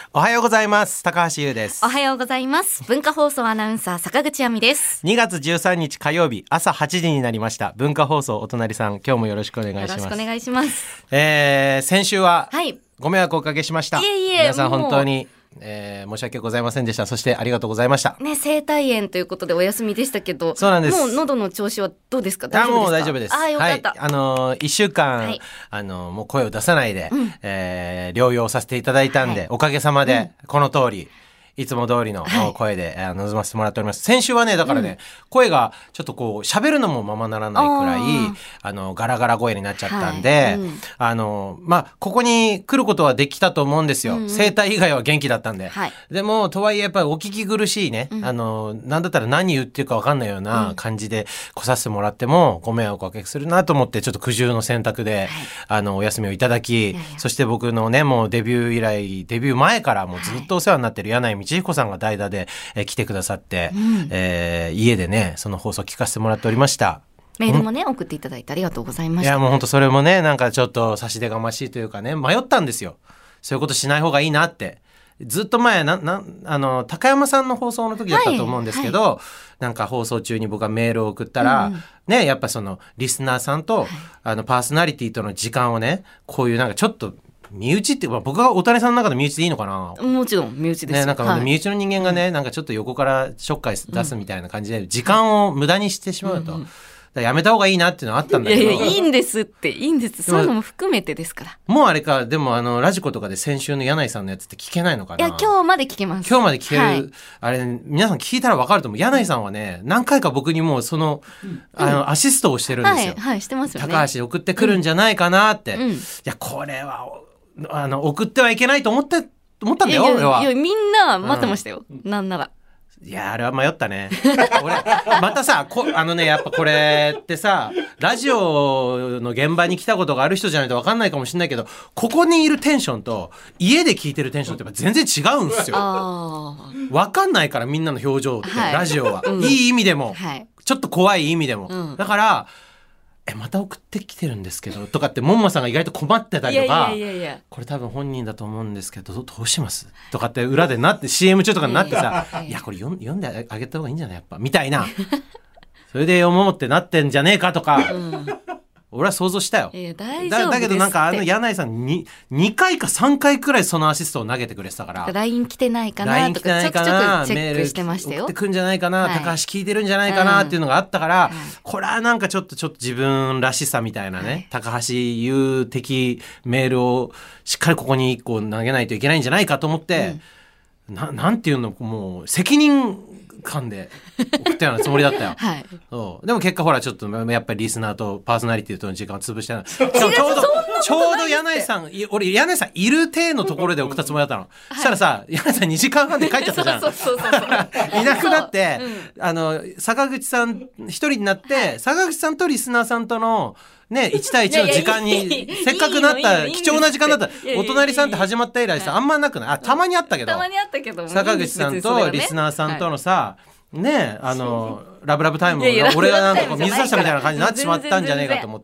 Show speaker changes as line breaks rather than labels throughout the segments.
おはようございます。高橋優です。
おはようございます。文化放送アナウンサー坂口亜美です。
2月13日火曜日朝8時になりました。文化放送お隣さん、今日もよろしくお願いします。
よろしくお願いします。
先週は
はい
ご迷惑をおかけしました。
いえいえ、
皆さん本当に申し訳ございませんでした。そしてありがとうございました。
ね、声帯炎ということでお休みでしたけど、
そうなんです。
もう喉の調子はどうですか？大丈夫ですか？
もう大丈夫です。
よかった。
はい、1週間、
はい、
もう声を出さないで、療養させていただいたんで、はい、おかげさまで、この通りいつも通りの声で、臨ませてもらっております。先週はね、だからね、声がちょっとこう喋るのもままならないくらいガラガラ声になっちゃったんで、ここに来ることはできたと思うんですよ。声帯以外は元気だったんで、でもとはいえやっぱりお聞き苦しいね、なんだったら何言ってるか分かんないような感じで来させてもらってもご迷惑をおかけするなと思って、ちょっと苦渋の選択で、お休みをいただき、そして僕のね、もうデビュー前からもうずっとお世話になってる柳井道彦さんが代打で、来てくださって、家でねその放送聞かせてもらっておりました。
メールもね、送っていただいてありがとうございました。
いやもう本当それもね、なんかちょっと差し出がましいというかね、迷ったんですよ。そういうことしない方がいいなって。ずっと前高山さんの放送の時だったと思うんですけど、なんか放送中に僕がメールを送ったら、ね、やっぱそのリスナーさんと、パーソナリティとの時間をね、こういうなんかちょっと身内って僕がお谷さんの中で身内でいいのかな。
もちろん身内ですよ、
ね、なんか身内の人間がね、なんかちょっと横からちょっかい出すみたいな感じで時間を無駄にしてしまうと、だからやめた方がいいなっていうのはあったんだけど、
いやいいんですって、いいんです、そういうのも含めてですから。
もうあれか、でもラジコとかで先週の柳井さんのやつって聞けないのかな。
いや今日まで聞けます。
今日まで聞ける、あれ皆さん聞いたら分かると思う。柳井さんはね、何回か僕にもうその、アシストをしてるんですよ。
してますよね。
高橋送ってくるんじゃないかなって、いやこれは送ってはいけないと思ったんだよ。
いやみんな待ってましたよ、なんなら。
いやあれは迷ったね。俺またさやっぱこれってさ、ラジオの現場に来たことがある人じゃないと分かんないかもしれないけど、ここにいるテンションと家で聞いてるテンションってやっぱ全然違うんですよ。分かんないからみんなの表情って、ラジオは、いい意味でも、ちょっと怖い意味でも、だからまた送ってきてるんですけどとかってもんまさんが意外と困ってたりとか、これ多分本人だと思うんですけどどうしますとかって裏でなって CM 中とかになってさ、いやこれ読んであげた方がいいんじゃないやっぱみたいなそれで読もうってなってんじゃねえかとか、俺は想像したよ。
大丈夫ですって。
だけどなんか柳井さんに2回か3回くらいそのアシストを投げてくれてたから、
LINE 来てないかなとかちょくちょくチェックしてましたよ。
送ってくんじゃないかな、高橋聞いてるんじゃないかなっていうのがあったから、これはなんかちょっと自分らしさみたいなね、高橋優的メールをしっかりここに1個投げないといけないんじゃないかと思って、なんていうの、もう責任感で送ったようなつもりだったよ。そうでも結果ほらちょっとやっぱりリスナーとパーソナリティとの時間を潰してちょうど柳井さん、俺柳井さんいる体のところで送ったつもりだったの。そしたらさ、柳井さん2時間半で帰っちゃったじゃん。いなくなって坂口さん一人になって、坂口さんとリスナーさんとのね、1対1の時間にせっかくなった貴重な時間だった。お隣さんって始まった以来さ、あんまなくない？たまにあったけど、坂口さんとリスナーさんとのさ、ね、ラブラブタイムを俺がなんかこう水差したみたいな感じになってしまったんじゃねえかと思って、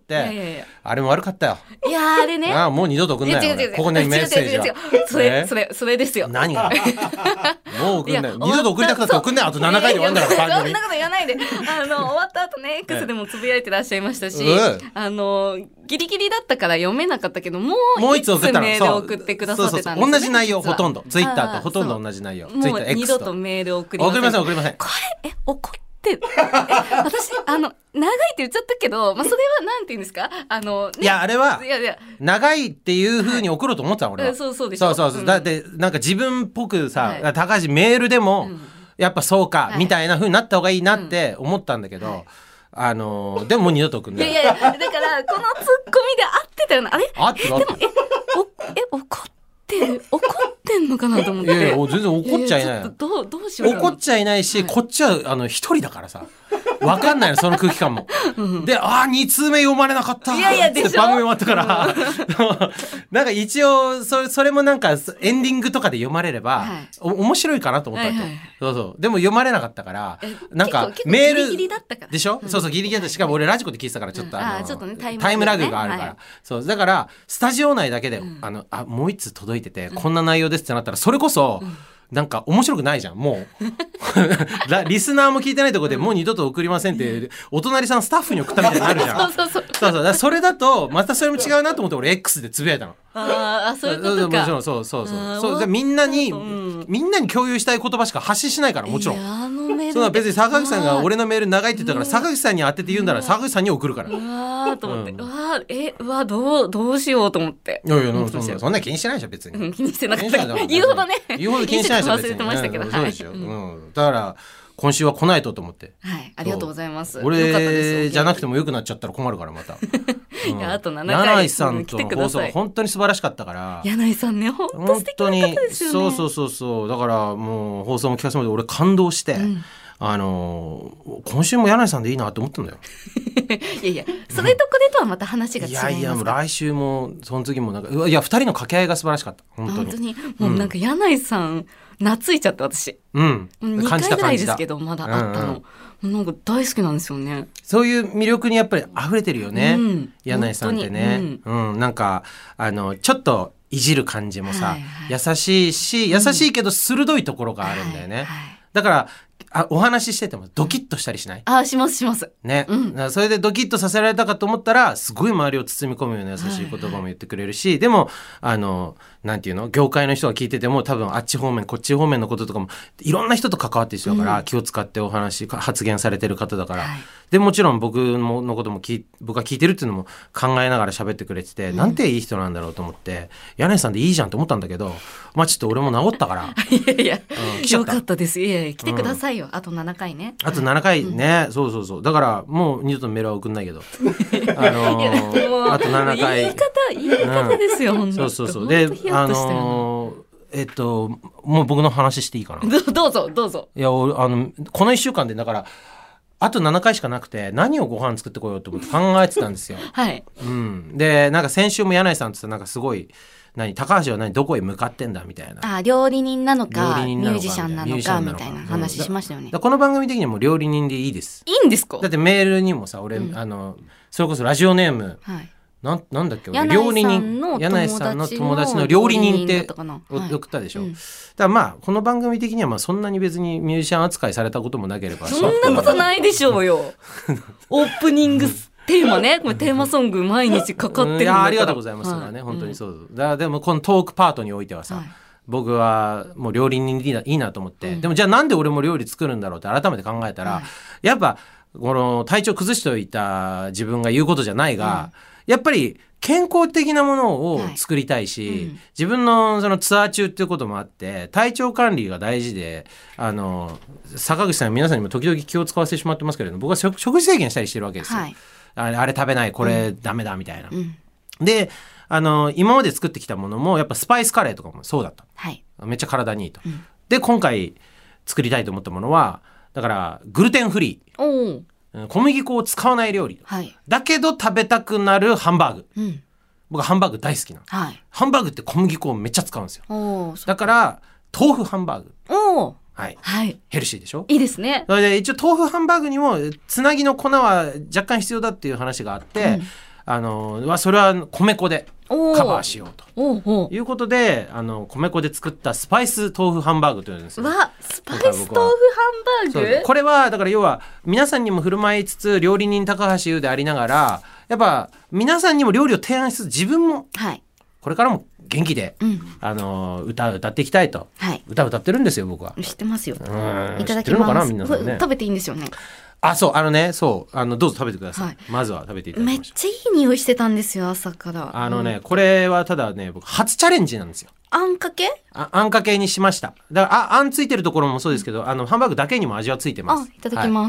あれも悪かったよ。
いやあれね、
もう二度と送んないよ。ここにメッセージは
それですよ。
何がもう送んないよ。二度と送りたくなって送んない。あと7回で終わるんだから番組。
そんなこと言わないで。終わった後ね X でもつぶやいてらっしゃいましたし、ギリギリだったから読めなかったけど、もう1つメール送ってくださってたんですね。
同じ内容ほとんど、ツイッターとほとんど同じ内容。
もう二度とメール送りません。
送りません。
これ怒って私長いって言っちゃったけど、それはなんて言うんですか、
いやあれは長いっていう風に送ろうと思ってた俺は。
そうでしょ。
そうだってなんか自分っぽくさ、高橋メールでもやっぱそうかみたいな風になった方がいいなって思ったんだけど、でももう二度と送んない。
いやだからこのツッコミで合ってたよな。あれ
合ってる。
でも怒ってんのかなと思って。
全然怒っちゃいない。
どうしようかな。
怒っちゃいないし、こっちは一人だからさ分かんないのその空気感も、で2通目読まれなかった
いやいやでしょ
って番組終わったから、なんか一応それもなんかエンディングとかで読まれれば、面白いかなと思ったわけ、そうそうでも読まれなかったから、なんかメール
ギリギリだったから
でしょ、そうそうギリギリだった。しかも俺ラジコで聞いてたからちょっと
ちょっとね
タイムラグがあるから、そうだからスタジオ内だけで、もう一通届いてて、こんな内容ですってなったらそれこそ、なんか面白くないじゃんもうリスナーも聞いてないところでもう二度と送りませんってお隣さんスタッフに送ったみたいになるじゃんそうそれだとまたそれも違うなと思って俺 X でつぶやいたの。
そういうことか。
もちろんそうみんなに共有したい言葉しか発信しないから、もちろんそう別に坂口さんが俺のメール長いって言ったから坂口さんに当てて言うんだら坂口さんに送るから、
と思ってどうしようと思って、
いやそんな気にしてないでしょ別に、
気にしてなかった言うほどね
言うほど気にしてないでしょ
忘れてましたけど、
そうでしょ、だから今週は来ないと思って、
ありがとうございます。
俺じゃなくてもよくなっちゃったら困るからまた
いやあと7回
柳井さんとの放送が本当に素晴らしかったから、
柳井さんね本当素敵な方ですよね。
そうだからもう放送も聞かせてもらって俺感動して、今週も柳井さんでいいなって思ったんだよ
いやそれとこれとはまた話が違いますか。
いやもう来週もその次もなんか2人の掛け合いが素晴らしかった本当に
もうなんか柳井さん懐いちゃって私、2回ぐらいですけどまだあったの、なんか大好きなんですよね。
そういう魅力にやっぱり溢れてるよね、柳井さんってね、なんかちょっといじる感じもさ、優しいし優しいけど鋭いところがあるんだよね、だからお話ししててもドキッとしたりしない？
します
ね、それでドキッとさせられたかと思ったらすごい周りを包み込むような優しい言葉も言ってくれるし、でもなんていうの業界の人が聞いてても多分あっち方面こっち方面のこととかもいろんな人と関わってる人だから、気を使って発言されてる方だから、でもちろん僕のことも僕が聞いてるっていうのも考えながら喋ってくれてて、なんていい人なんだろうと思って柳井さんでいいじゃんと思ったんだけど、ちょっと俺も治ったから
いやよかったです。来てくださいよ、あと7回ね。
あと7回ね、そうだからもう二度とメールは送んないけどあと7回
言い方ですよ、本当
そうでもう僕の話していいかな
どうぞ。
いやこの1週間でだからあと7回しかなくて何をご飯作ってこようと思って考えてたんですよでなんか先週も柳井さんってなんかすごい高橋はどこへ向かってんだみたいな、
料理人なのかミュージシャンなのかみたいな話しましたよね、
この番組的にはもう料理人でいいです。
いいんですか？
だってメールにもさ俺、それこそラジオネーム、なんだっけ料理人柳井さんの友達の料理人って送ったでしょ、だからこの番組的にはそんなに別にミュージシャン扱いされたこともなければ
そんなことないでしょうよオープニングテーマね、これテーマソング毎日かかってるんだから、
ありがとうございます、本当にそうだ。でもこのトークパートにおいてはさ、僕はもう料理人でいいなと思って、でもじゃあなんで俺も料理作るんだろうって改めて考えたら、やっぱこの体調崩しておいた自分が言うことじゃないが、やっぱり健康的なものを作りたいし、自分のそのツアー中っていうこともあって体調管理が大事で、坂口さん皆さんにも時々気を使わせてしまってますけれども、僕は食事制限したりしてるわけですよ、あれ食べないこれダメだみたいな、で今まで作ってきたものもやっぱスパイスカレーとかもそうだった、めっちゃ体にいいと、で今回作りたいと思ったものはだからグルテンフリー、小麦粉を使わない料理、だけど食べたくなるハンバーグ、僕はハンバーグ大好きな、ハンバーグって小麦粉をめっちゃ使うんですよ。だから豆腐ハンバーグ、ヘルシーでしょ。い
いですね。
それで一応豆腐ハンバーグにもつなぎの粉は若干必要だっていう話があって、それは米粉でカバーしようということで米粉で作ったスパイス豆腐ハンバーグというんですよ。
スパイス豆腐ハンバーグ、
これはだから要は皆さんにも振る舞いつつ料理人高橋優でありながらやっぱ皆さんにも料理を提案しつつ自分もこれからも元気で、歌っていきたいと、歌ってるんですよ僕は。
知ってますよ。いただきます。
知ってるのかな皆さんね。
食べていいんですよね。
そうどうぞ食べてください、まずは食べていただきましょう。
めっちゃいい匂いしてたんですよ朝から。
これはただね僕初チャレンジなんですよ。
あんかけ？
あんかけにしました。だからあんついてるところもそうですけどハンバーグだけにも味はついてます。
いただきます、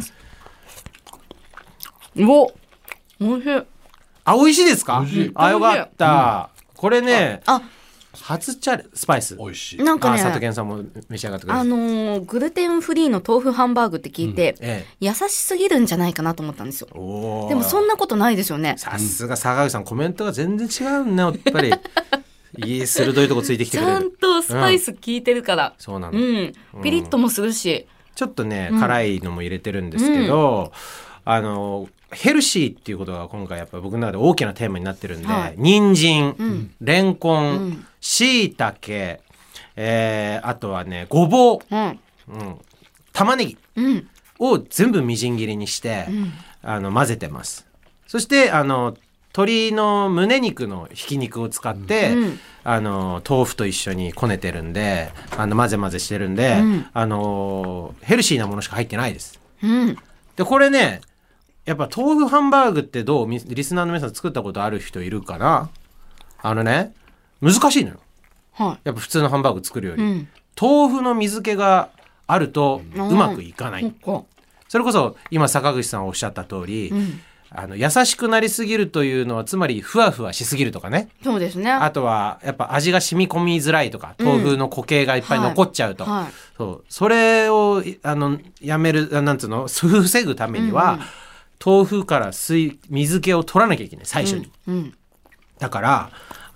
おいしい。
美味しいですか？よかった、これね初チャレスパイス
美味しい。
なんかね、
佐藤健さんも召し上がってください。
グルテンフリーの豆腐ハンバーグって聞いて、優しすぎるんじゃないかなと思ったんですよ。でもそんなことないですよね。
さすが坂口さん、コメントが全然違うんね、やっぱり。いい鋭いとこついてきてくれる。
ちゃんとスパイス効いてるから、
そうなの、
ピリッともするし、
ちょっとね辛いのも入れてるんですけど、ヘルシーっていうことが今回やっぱ僕の中で大きなテーマになってるんで、人参、レンコン、椎茸、あとはねごぼう、玉ねぎを全部みじん切りにして、混ぜてます。そして鶏の胸肉のひき肉を使って、豆腐と一緒にこねてるんで混ぜ混ぜしてるんで、ヘルシーなものしか入ってないです。でこれねやっぱ豆腐ハンバーグってどうリスナーの皆さん作ったことある人いるかな。難しいのよ、やっぱ普通のハンバーグ作るより、豆腐の水気があるとうまくいかない。それこそ今坂口さんおっしゃった通り、優しくなりすぎるというのはつまりふわふわしすぎるとかね。
そうですね。
あとはやっぱ味が染み込みづらいとか、豆腐の固形がいっぱい残っちゃうと、それをやめるなんつうの防ぐためには、豆腐から水気を取らなきゃいけない最初に、だから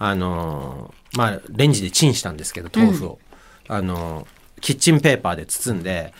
レンジでチンしたんですけど豆腐を、キッチンペーパーで包んで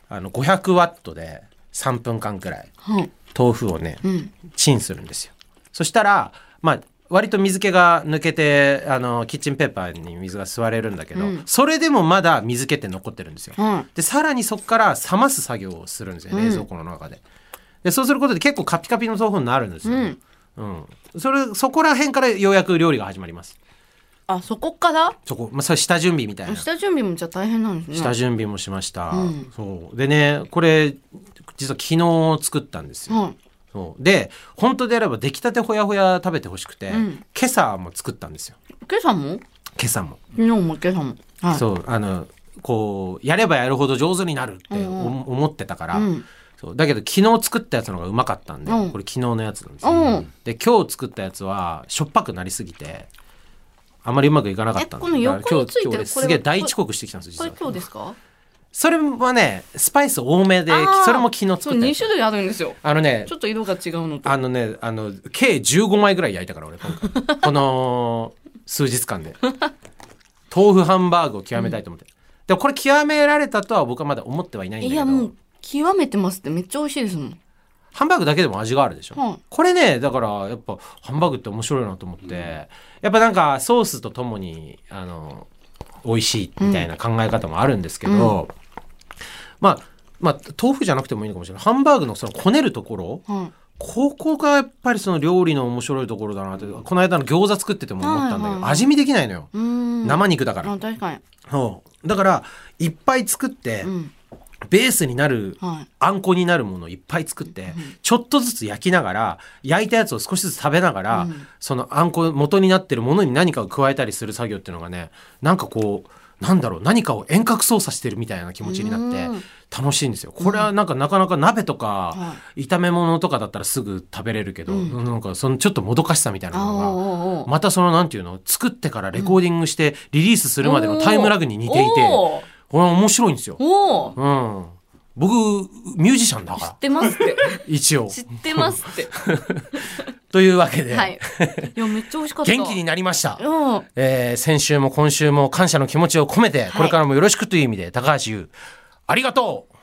500ワットで3分間くらい、豆腐をね、チンするんですよ。そしたら割と水気が抜けてキッチンペーパーに水が吸われるんだけど、それでもまだ水気って残ってるんですよ。でさらにそこから冷ます作業をするんですよ、冷蔵庫の中で。でそうすることで結構カピカピの豆腐になるんですよ、そこら辺からようやく料理が始まります。
そこから
それ下準備みたいな。
下準備もじゃあ大変なんですね。
下準備もしました、そうでねこれ実は昨日作ったんですよ、そうで本当であれば出来たてほやほや食べてほしくて、今朝も作ったんですよ。
今朝も
昨日も
今朝も、
そうこうやればやるほど上手になるって思ってたから、そうだけど昨日作ったやつの方がうまかったんで、これ昨日のやつなんですよ、で今日作ったやつはしょっぱくなりすぎてあまりうまくいかなかったんで、
この横についてる
今日すげえ大遅刻してきたんですよ。
これ今日ですか？
それはねスパイス多めでそれも昨日作ったやつ。
2種類あるんですよ。ちょっと色が違うのと
計15枚ぐらい焼いたから俺今回この数日間で豆腐ハンバーグを極めたいと思って、でもこれ極められたとは僕はまだ思ってはいないんだけど、
いやもう極めてますって。めっちゃ美味しいですもん。
ハンバーグだけでも味があるでしょ、これねだからやっぱハンバーグって面白いなと思って、やっぱなんかソースとともに美味しいみたいな考え方もあるんですけど、豆腐じゃなくてもいいのかもしれない。ハンバーグのそのこねるところ、ここがやっぱりその料理の面白いところだなって、この間の餃子作ってても思ったんだけど、味見できないのよ、生肉だから。
確かに。
だからいっぱい作って、ベースになる、あんこになるものをいっぱい作って、ちょっとずつ焼きながら焼いたやつを少しずつ食べながら、そのあんこ元になってるものに何かを加えたりする作業っていうのがね、なんかこう何かを遠隔操作してるみたいな気持ちになって楽しいんですよ。これはなかなか鍋とか炒め物とかだったらすぐ食べれるけど、なんかそのちょっともどかしさみたいなのがまたそのなんていうの作ってからレコーディングしてリリースするまでのタイムラグに似ていて、これは面白いんですよ。僕ミュージシャンだから。
知ってますって
一応
知ってますって
というわけで、
いやめっちゃ美味しかった。
元気になりました、先週も今週も感謝の気持ちを込めて、これからもよろしくという意味で高橋優ありがとう。